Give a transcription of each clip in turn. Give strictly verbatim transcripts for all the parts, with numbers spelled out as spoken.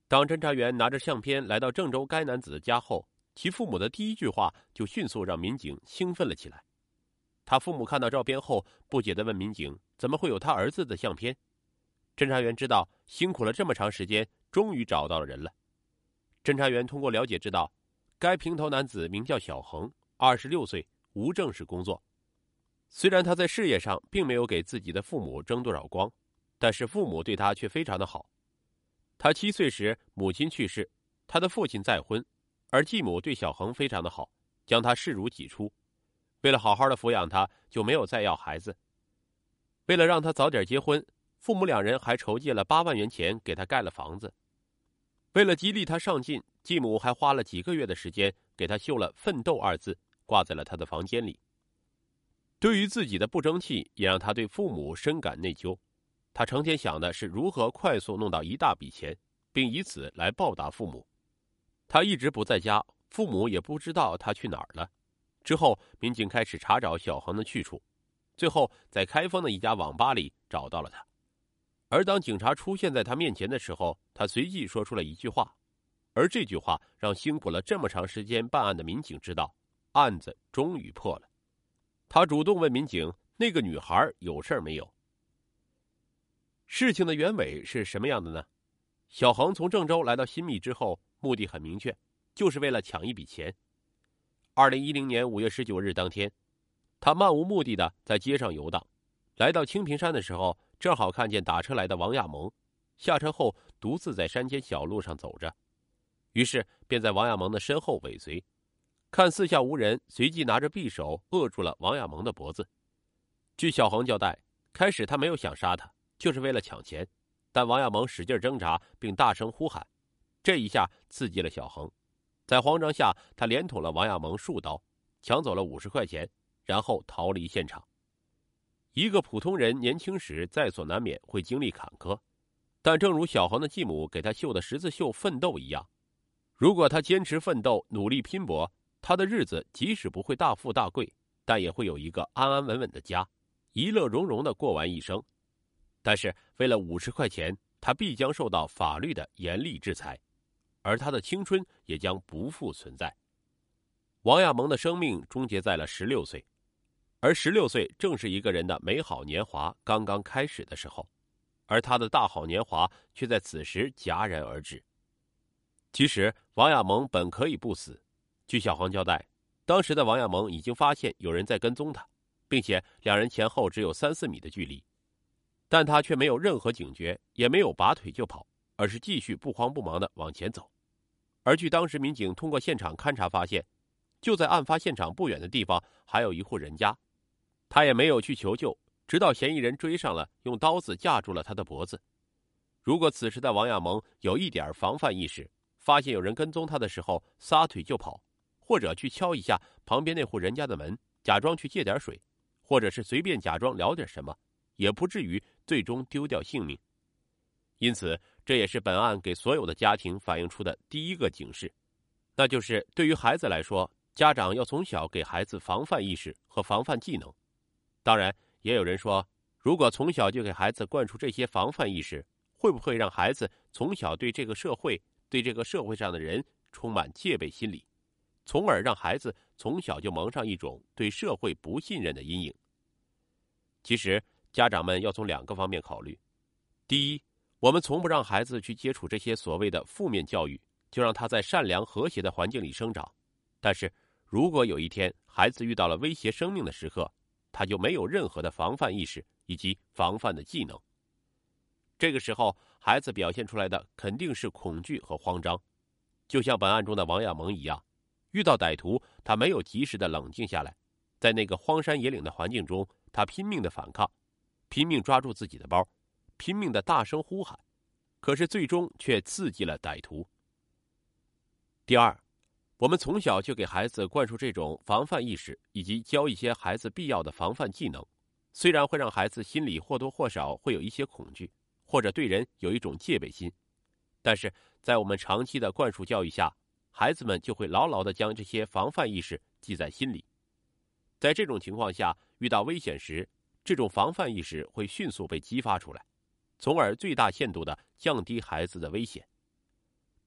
当侦查员拿着相片来到郑州该男子家后，其父母的第一句话就迅速让民警兴奋了起来。他父母看到照片后，不解地问民警：怎么会有他儿子的相片？侦查员知道辛苦了这么长时间，终于找到了人了。侦查员通过了解知道，该平头男子名叫小恒，二十六岁，无正式工作。虽然他在事业上并没有给自己的父母争多少光，但是父母对他却非常的好。他七岁时母亲去世，他的父亲再婚，而继母对小恒非常的好，将他视如己出。为了好好的抚养他，就没有再要孩子。为了让他早点结婚，父母两人还筹借了八万元钱给他盖了房子。为了激励他上进，继母还花了几个月的时间给他绣了奋斗二字，挂在了他的房间里。对于自己的不争气，也让他对父母深感内疚。他成天想的是如何快速弄到一大笔钱，并以此来报答父母。他一直不在家，父母也不知道他去哪儿了。之后，民警开始查找小恒的去处，最后在开封的一家网吧里找到了他。而当警察出现在他面前的时候，他随即说出了一句话，而这句话让辛苦了这么长时间办案的民警知道，案子终于破了。他主动问民警，那个女孩有事儿没有？事情的原委是什么样的呢？小恒从郑州来到新密之后，目的很明确，就是为了抢一笔钱。二零一零年五月十九日当天，他漫无目的的在街上游荡，来到清平山的时候，正好看见打车来的王亚蒙，下车后独自在山间小路上走着，于是便在王亚蒙的身后尾随，看四下无人，随即拿着匕首扼住了王亚蒙的脖子。据小恒交代，开始他没有想杀他，就是为了抢钱，但王亚蒙使劲挣扎并大声呼喊，这一下刺激了小恒。在慌张下，他连捅了王亚蒙数刀，抢走了五十块钱，然后逃离现场。一个普通人年轻时在所难免会经历坎坷，但正如小恒的继母给他绣的十字绣奋斗一样，如果他坚持奋斗，努力拼搏，他的日子即使不会大富大贵，但也会有一个安安稳稳的家，一乐融融的过完一生。但是为了五十块钱，他必将受到法律的严厉制裁，而他的青春也将不复存在。王亚蒙的生命终结在了十六岁，而十六岁正是一个人的美好年华刚刚开始的时候，而他的大好年华却在此时戛然而止。其实王亚蒙本可以不死，据小黄交代，当时的王亚蒙已经发现有人在跟踪他，并且两人前后只有三四米的距离，但他却没有任何警觉，也没有拔腿就跑，而是继续不慌不忙地往前走。而据当时民警通过现场勘查发现，就在案发现场不远的地方还有一户人家，他也没有去求救，直到嫌疑人追上了，用刀子架住了他的脖子。如果此时的王亚蒙有一点防范意识，发现有人跟踪他的时候撒腿就跑，或者去敲一下旁边那户人家的门，假装去借点水，或者是随便假装聊点什么，也不至于最终丢掉性命。因此，这也是本案给所有的家庭反映出的第一个警示，那就是对于孩子来说，家长要从小给孩子防范意识和防范技能。当然，也有人说，如果从小就给孩子灌输这些防范意识，会不会让孩子从小对这个社会、对这个社会上的人充满戒备心理，从而让孩子从小就蒙上一种对社会不信任的阴影？其实，家长们要从两个方面考虑。第一，我们从不让孩子去接触这些所谓的负面教育，就让他在善良和谐的环境里生长。但是，如果有一天孩子遇到了威胁生命的时刻，他就没有任何的防范意识以及防范的技能。这个时候，孩子表现出来的肯定是恐惧和慌张，就像本案中的王亚蒙一样，遇到歹徒，他没有及时的冷静下来，在那个荒山野岭的环境中，他拼命的反抗，拼命抓住自己的包，拼命的大声呼喊，可是最终却刺激了歹徒。第二，我们从小就给孩子灌输这种防范意识，以及教一些孩子必要的防范技能，虽然会让孩子心里或多或少会有一些恐惧，或者对人有一种戒备心，但是在我们长期的灌输教育下，孩子们就会牢牢地将这些防范意识记在心里。在这种情况下，遇到危险时，这种防范意识会迅速被激发出来，从而最大限度地降低孩子的危险。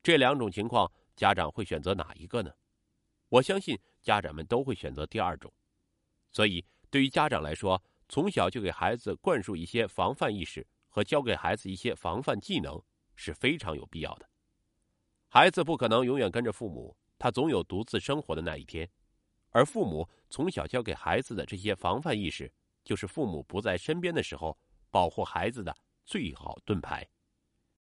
这两种情况，家长会选择哪一个呢？我相信家长们都会选择第二种。所以对于家长来说，从小就给孩子灌输一些防范意识和教给孩子一些防范技能是非常有必要的。孩子不可能永远跟着父母，他总有独自生活的那一天。而父母从小教给孩子的这些防范意识，就是父母不在身边的时候保护孩子的最好盾牌。